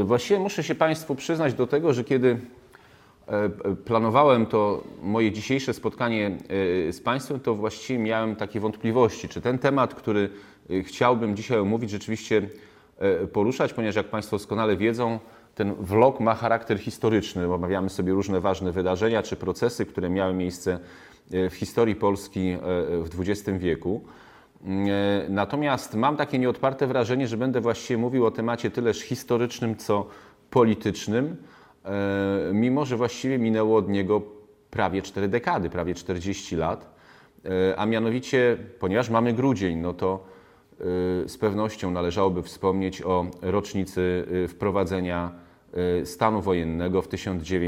Właściwie muszę się Państwu przyznać do tego, że kiedy planowałem to moje dzisiejsze spotkanie z Państwem, to właściwie miałem takie wątpliwości, czy ten temat, który chciałbym dzisiaj omówić, rzeczywiście poruszać, ponieważ jak Państwo doskonale wiedzą, ten vlog ma charakter historyczny. Omawiamy sobie różne ważne wydarzenia czy procesy, które miały miejsce w historii Polski w XX wieku. Natomiast mam takie nieodparte wrażenie, że będę właściwie mówił o temacie tyleż historycznym, co politycznym, mimo że właściwie minęło od niego prawie 4 dekady, prawie 40 lat. A mianowicie, ponieważ mamy grudzień, no to z pewnością należałoby wspomnieć o rocznicy wprowadzenia stanu wojennego w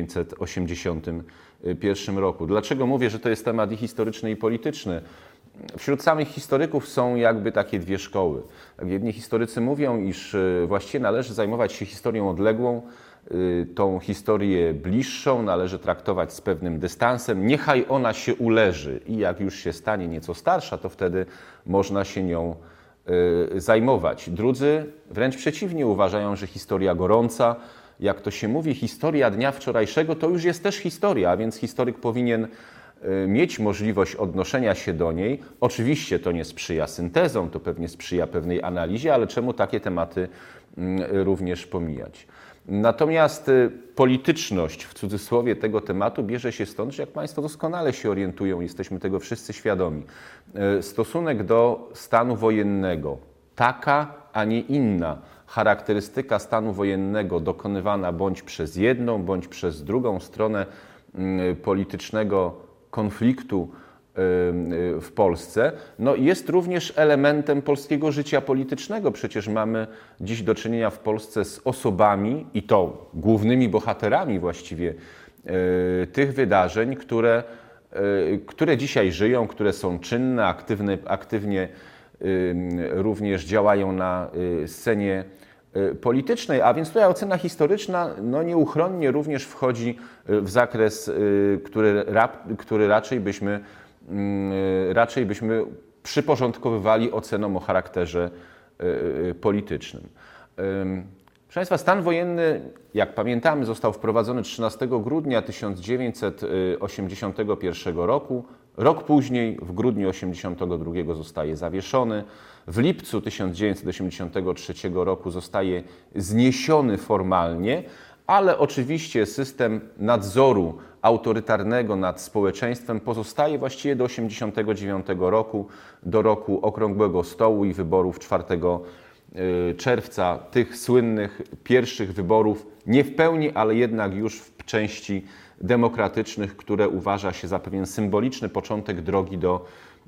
1981 roku. Dlaczego mówię, że to jest temat i historyczny, i polityczny? Wśród samych historyków są jakby takie dwie szkoły. Jedni historycy mówią, iż właściwie należy zajmować się historią odległą, tą historię bliższą należy traktować z pewnym dystansem. Niechaj ona się uleży i jak już się stanie nieco starsza, to wtedy można się nią zajmować. Drudzy wręcz przeciwnie uważają, że historia gorąca, jak to się mówi, historia dnia wczorajszego, to już jest też historia, a więc historyk powinien mieć możliwość odnoszenia się do niej. Oczywiście to nie sprzyja syntezom, to pewnie sprzyja pewnej analizie, ale czemu takie tematy również pomijać? Natomiast polityczność, w cudzysłowie, tego tematu bierze się stąd, że jak Państwo doskonale się orientują, jesteśmy tego wszyscy świadomi, stosunek do stanu wojennego, taka, a nie inna charakterystyka stanu wojennego dokonywana bądź przez jedną, bądź przez drugą stronę politycznego konfliktu w Polsce, no jest również elementem polskiego życia politycznego. Przecież mamy dziś do czynienia w Polsce z osobami i to głównymi bohaterami właściwie tych wydarzeń, które dzisiaj żyją, które są czynne, aktywnie również działają na scenie politycznej, a więc tutaj ocena historyczna no nieuchronnie również wchodzi w zakres, który raczej byśmy przyporządkowywali ocenom o charakterze politycznym. Proszę Państwa, stan wojenny, jak pamiętamy, został wprowadzony 13 grudnia 1981 roku. Rok później, w grudniu 1982 zostaje zawieszony. W lipcu 1983 roku zostaje zniesiony formalnie, ale oczywiście system nadzoru autorytarnego nad społeczeństwem pozostaje właściwie do 1989 roku, do roku Okrągłego Stołu i wyborów 4 czerwca, tych słynnych pierwszych wyborów, nie w pełni, ale jednak już w części demokratycznych, które uważa się za pewien symboliczny początek drogi do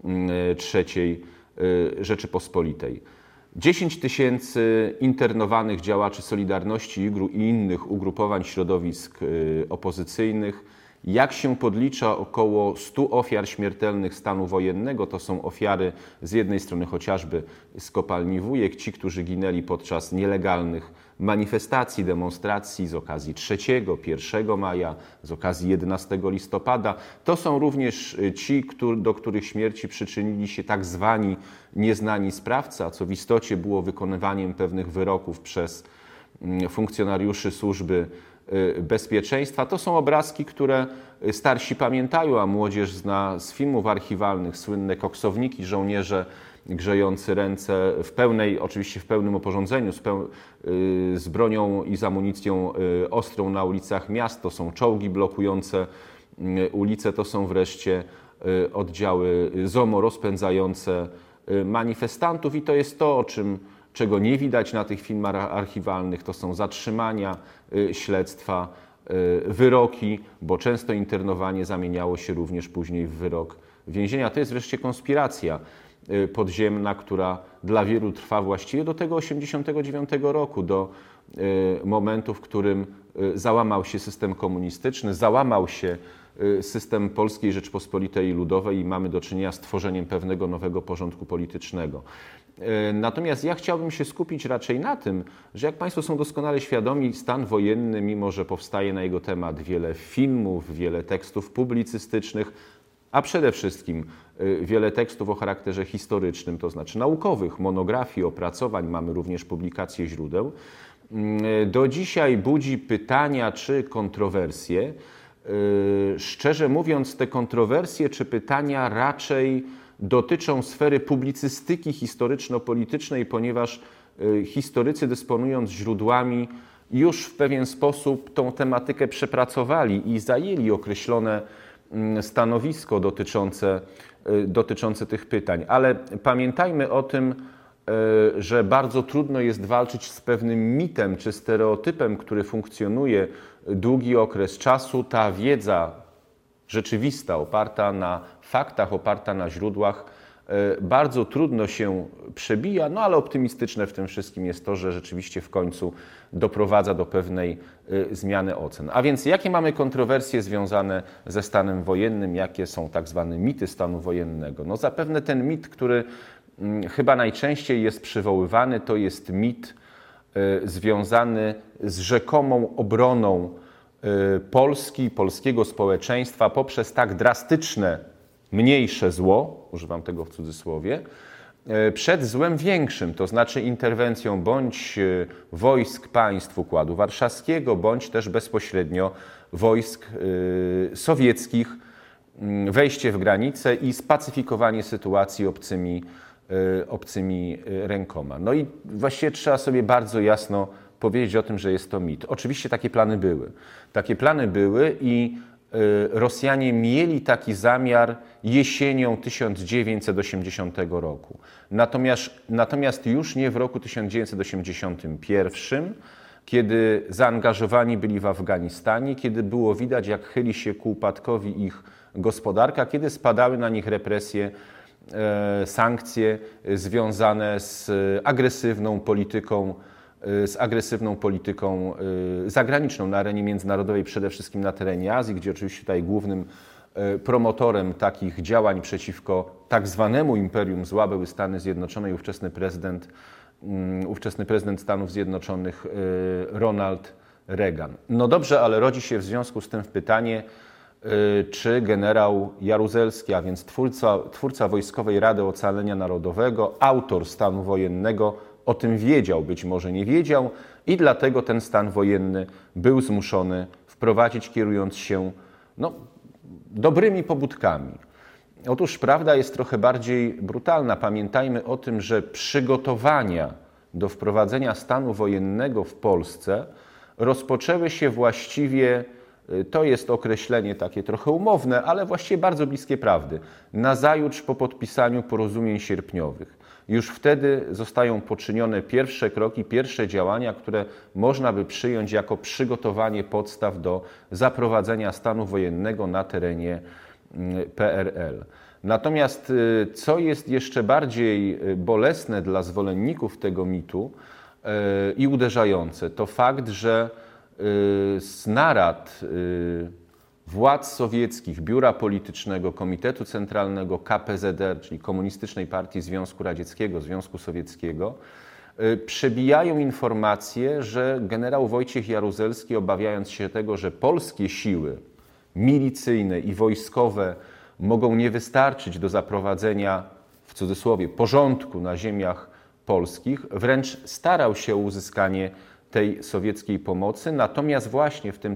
III Rzeczypospolitej. 10 tysięcy internowanych działaczy Solidarności i innych ugrupowań środowisk opozycyjnych. Jak się podlicza, około 100 ofiar śmiertelnych stanu wojennego. To są ofiary z jednej strony chociażby z kopalni Wujek, ci, którzy ginęli podczas nielegalnych manifestacji, demonstracji z okazji 3, 1 maja, z okazji 11 listopada. To są również ci, do których śmierci przyczynili się tak zwani nieznani sprawcy, co w istocie było wykonywaniem pewnych wyroków przez funkcjonariuszy służby bezpieczeństwa. To są obrazki, które starsi pamiętają, a młodzież zna z filmów archiwalnych, słynne koksowniki, żołnierze grzejący ręce oczywiście w pełnym oporządzeniu, z bronią i z amunicją ostrą na ulicach miast. To są czołgi blokujące ulice, to są wreszcie oddziały ZOMO rozpędzające manifestantów i to jest to, czego nie widać na tych filmach archiwalnych, to są zatrzymania, śledztwa, wyroki, bo często internowanie zamieniało się również później w wyrok więzienia. To jest wreszcie konspiracja podziemna, która dla wielu trwa właściwie do tego 1989 roku, do momentu, w którym załamał się system komunistyczny, załamał się system Polskiej Rzeczpospolitej Ludowej i mamy do czynienia z tworzeniem pewnego nowego porządku politycznego. Natomiast ja chciałbym się skupić raczej na tym, że jak Państwo są doskonale świadomi, stan wojenny, mimo że powstaje na jego temat wiele filmów, wiele tekstów publicystycznych, a przede wszystkim wiele tekstów o charakterze historycznym, to znaczy naukowych, monografii, opracowań, mamy również publikacje źródeł, do dzisiaj budzi pytania czy kontrowersje. Szczerze mówiąc, te kontrowersje czy pytania raczej dotyczą sfery publicystyki historyczno-politycznej, ponieważ historycy, dysponując źródłami, już w pewien sposób tą tematykę przepracowali i zajęli określone stanowisko dotyczące tych pytań. Ale pamiętajmy o tym, że bardzo trudno jest walczyć z pewnym mitem czy stereotypem, który funkcjonuje długi okres czasu. Ta wiedza rzeczywista, oparta na faktach, oparta na źródłach, bardzo trudno się przebija, no ale optymistyczne w tym wszystkim jest to, że rzeczywiście w końcu doprowadza do pewnej zmiany ocen. A więc jakie mamy kontrowersje związane ze stanem wojennym, jakie są tak zwane mity stanu wojennego? No zapewne ten mit, który chyba najczęściej jest przywoływany, to jest mit związany z rzekomą obroną Polski, polskiego społeczeństwa poprzez tak drastyczne, mniejsze zło, używam tego w cudzysłowie, przed złem większym, to znaczy interwencją bądź wojsk państw Układu Warszawskiego, bądź też bezpośrednio wojsk sowieckich, wejście w granicę i spacyfikowanie sytuacji obcymi rękoma. No i właściwie trzeba sobie bardzo jasno powiedzieć o tym, że jest to mit. Oczywiście takie plany były. Takie plany były i Rosjanie mieli taki zamiar jesienią 1980 roku. Natomiast już nie w roku 1981, kiedy zaangażowani byli w Afganistanie, kiedy było widać, jak chyli się ku upadkowi ich gospodarka, kiedy spadały na nich represje, sankcje związane z agresywną polityką zagraniczną na arenie międzynarodowej, przede wszystkim na terenie Azji, gdzie oczywiście tutaj głównym promotorem takich działań przeciwko tak zwanemu imperium zła były Stany Zjednoczone i ówczesny prezydent Stanów Zjednoczonych Ronald Reagan. No dobrze, ale rodzi się w związku z tym pytanie, czy generał Jaruzelski, a więc twórca Wojskowej Rady Ocalenia Narodowego, autor stanu wojennego, o tym wiedział, być może nie wiedział i dlatego ten stan wojenny był zmuszony wprowadzić, kierując się dobrymi pobudkami. Otóż prawda jest trochę bardziej brutalna. Pamiętajmy o tym, że przygotowania do wprowadzenia stanu wojennego w Polsce rozpoczęły się właściwie, to jest określenie takie trochę umowne, ale właściwie bardzo bliskie prawdy, nazajutrz po podpisaniu porozumień sierpniowych. Już wtedy zostają poczynione pierwsze kroki, pierwsze działania, które można by przyjąć jako przygotowanie podstaw do zaprowadzenia stanu wojennego na terenie PRL. Natomiast co jest jeszcze bardziej bolesne dla zwolenników tego mitu i uderzające, to fakt, że z narad władz sowieckich, Biura Politycznego, Komitetu Centralnego KPZR, czyli Komunistycznej Partii Związku Radzieckiego, Związku Sowieckiego, przebijają informacje, że generał Wojciech Jaruzelski, obawiając się tego, że polskie siły milicyjne i wojskowe mogą nie wystarczyć do zaprowadzenia, w cudzysłowie, porządku na ziemiach polskich, wręcz starał się o uzyskanie tej sowieckiej pomocy. Natomiast właśnie w tym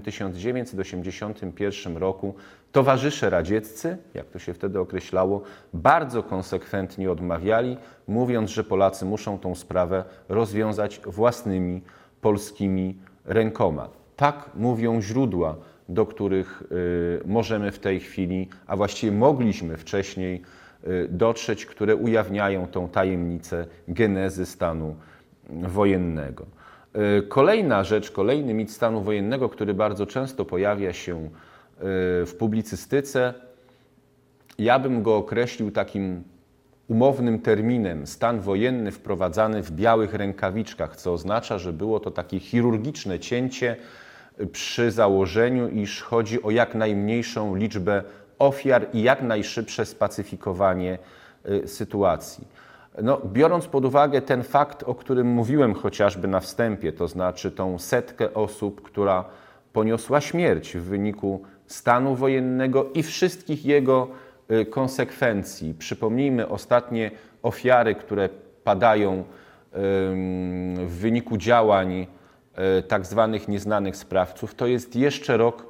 1981 roku towarzysze radzieccy, jak to się wtedy określało, bardzo konsekwentnie odmawiali, mówiąc, że Polacy muszą tą sprawę rozwiązać własnymi polskimi rękoma. Tak mówią źródła, do których możemy w tej chwili, a właściwie mogliśmy wcześniej dotrzeć, które ujawniają tą tajemnicę genezy stanu wojennego. Kolejna rzecz, kolejny mit stanu wojennego, który bardzo często pojawia się w publicystyce, ja bym go określił takim umownym terminem: stan wojenny wprowadzany w białych rękawiczkach, co oznacza, że było to takie chirurgiczne cięcie przy założeniu, iż chodzi o jak najmniejszą liczbę ofiar i jak najszybsze spacyfikowanie sytuacji. Biorąc pod uwagę ten fakt, o którym mówiłem chociażby na wstępie, to znaczy tą setkę osób, która poniosła śmierć w wyniku stanu wojennego i wszystkich jego konsekwencji. Przypomnijmy ostatnie ofiary, które padają w wyniku działań tak zwanych nieznanych sprawców, to jest jeszcze rok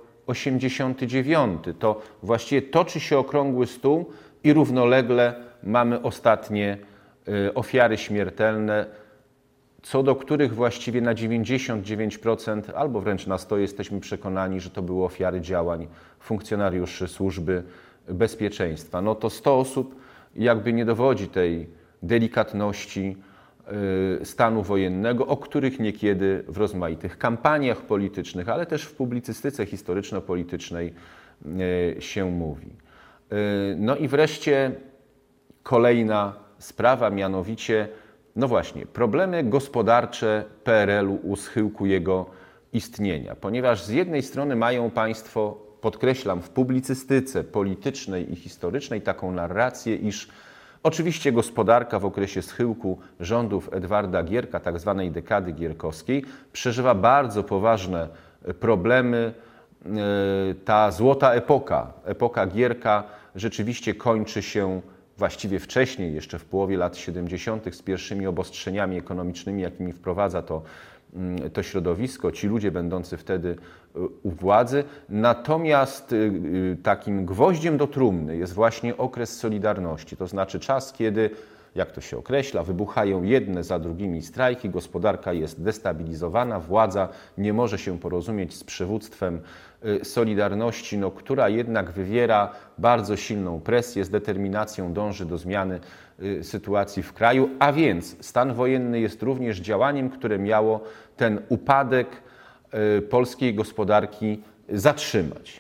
89. To właściwie toczy się okrągły stół i równolegle mamy ostatnie ofiary śmiertelne, co do których właściwie na 99% albo wręcz na 100% jesteśmy przekonani, że to były ofiary działań funkcjonariuszy Służby Bezpieczeństwa. No to 100 osób jakby nie dowodzi tej delikatności stanu wojennego, o których niekiedy w rozmaitych kampaniach politycznych, ale też w publicystyce historyczno-politycznej się mówi. No i wreszcie kolejna sprawa, mianowicie, no właśnie, problemy gospodarcze PRL-u u schyłku jego istnienia. Ponieważ z jednej strony mają Państwo, podkreślam, w publicystyce politycznej i historycznej taką narrację, iż oczywiście gospodarka w okresie schyłku rządów Edwarda Gierka, tak zwanej dekady gierkowskiej, przeżywa bardzo poważne problemy. Ta złota epoka Gierka rzeczywiście kończy się właściwie wcześniej, jeszcze w połowie lat 70. z pierwszymi obostrzeniami ekonomicznymi, jakimi wprowadza to środowisko, ci ludzie będący wtedy u władzy. Natomiast takim gwoździem do trumny jest właśnie okres Solidarności, to znaczy czas, kiedy, jak to się określa, wybuchają jedne za drugimi strajki, gospodarka jest destabilizowana, władza nie może się porozumieć z przywództwem Solidarności, no, która jednak wywiera bardzo silną presję, z determinacją dąży do zmiany sytuacji w kraju, a więc stan wojenny jest również działaniem, które miało ten upadek polskiej gospodarki zatrzymać.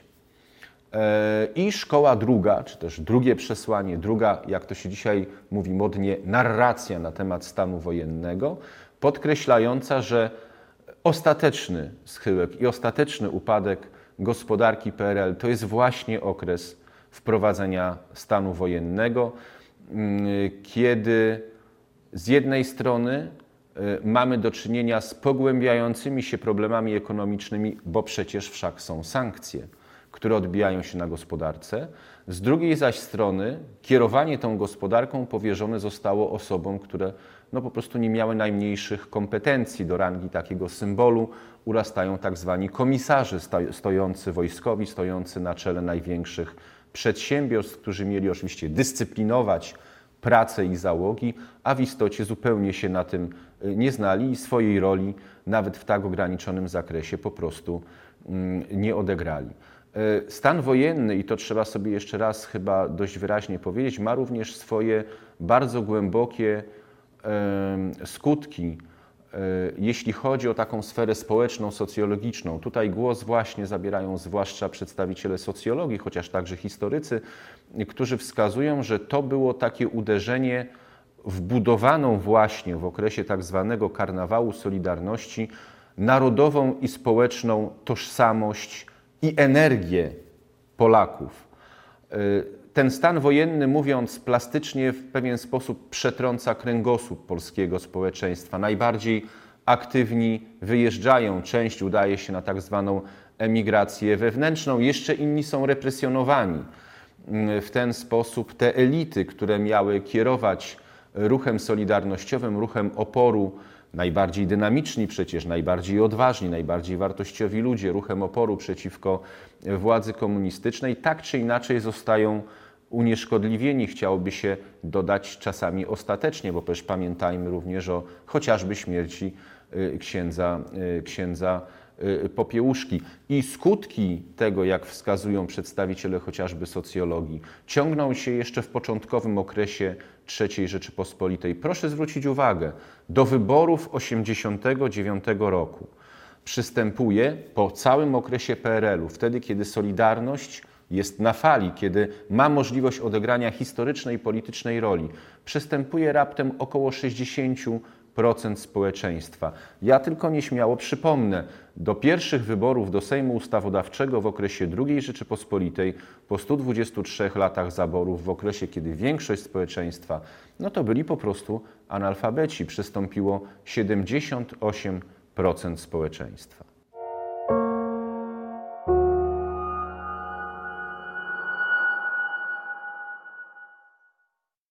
I szkoła druga, czy też drugie przesłanie, druga, jak to się dzisiaj mówi modnie, narracja na temat stanu wojennego, podkreślająca, że ostateczny schyłek i ostateczny upadek gospodarki PRL to jest właśnie okres wprowadzenia stanu wojennego, kiedy z jednej strony mamy do czynienia z pogłębiającymi się problemami ekonomicznymi, bo przecież wszak są sankcje, które odbijają się na gospodarce. Z drugiej zaś strony kierowanie tą gospodarką powierzone zostało osobom, które no po prostu nie miały najmniejszych kompetencji. Do rangi takiego symbolu urastają tak zwani komisarze stojący wojskowi, stojący na czele największych przedsiębiorstw, którzy mieli oczywiście dyscyplinować pracę i załogi, a w istocie zupełnie się na tym nie znali i swojej roli nawet w tak ograniczonym zakresie po prostu nie odegrali. Stan wojenny, i to trzeba sobie jeszcze raz chyba dość wyraźnie powiedzieć, ma również swoje bardzo głębokie skutki, jeśli chodzi o taką sferę społeczną, socjologiczną. Tutaj głos właśnie zabierają zwłaszcza przedstawiciele socjologii, chociaż także historycy, którzy wskazują, że to było takie uderzenie w budowaną właśnie w okresie tak zwanego karnawału Solidarności narodową i społeczną tożsamość i energię Polaków. Ten stan wojenny, mówiąc plastycznie, w pewien sposób przetrąca kręgosłup polskiego społeczeństwa. Najbardziej aktywni wyjeżdżają, część udaje się na tak zwaną emigrację wewnętrzną, jeszcze inni są represjonowani. W ten sposób te elity, które miały kierować ruchem solidarnościowym, ruchem oporu, najbardziej dynamiczni przecież, najbardziej odważni, najbardziej wartościowi ludzie, ruchem oporu przeciwko władzy komunistycznej, tak czy inaczej zostają unieszkodliwieni, chciałoby się dodać czasami ostatecznie, bo też pamiętajmy również o chociażby śmierci księdza Popiełuszki. I skutki tego, jak wskazują przedstawiciele chociażby socjologii, ciągną się jeszcze w początkowym okresie III Rzeczypospolitej. Proszę zwrócić uwagę, do wyborów 1989 roku przystępuje po całym okresie PRL-u, wtedy kiedy Solidarność jest na fali, kiedy ma możliwość odegrania historycznej i politycznej roli, przystępuje raptem około 60% społeczeństwa. Ja tylko nieśmiało przypomnę, do pierwszych wyborów do Sejmu Ustawodawczego w okresie II Rzeczypospolitej, po 123 latach zaborów, w okresie, kiedy większość społeczeństwa, no to byli po prostu analfabeci, przystąpiło 78% społeczeństwa.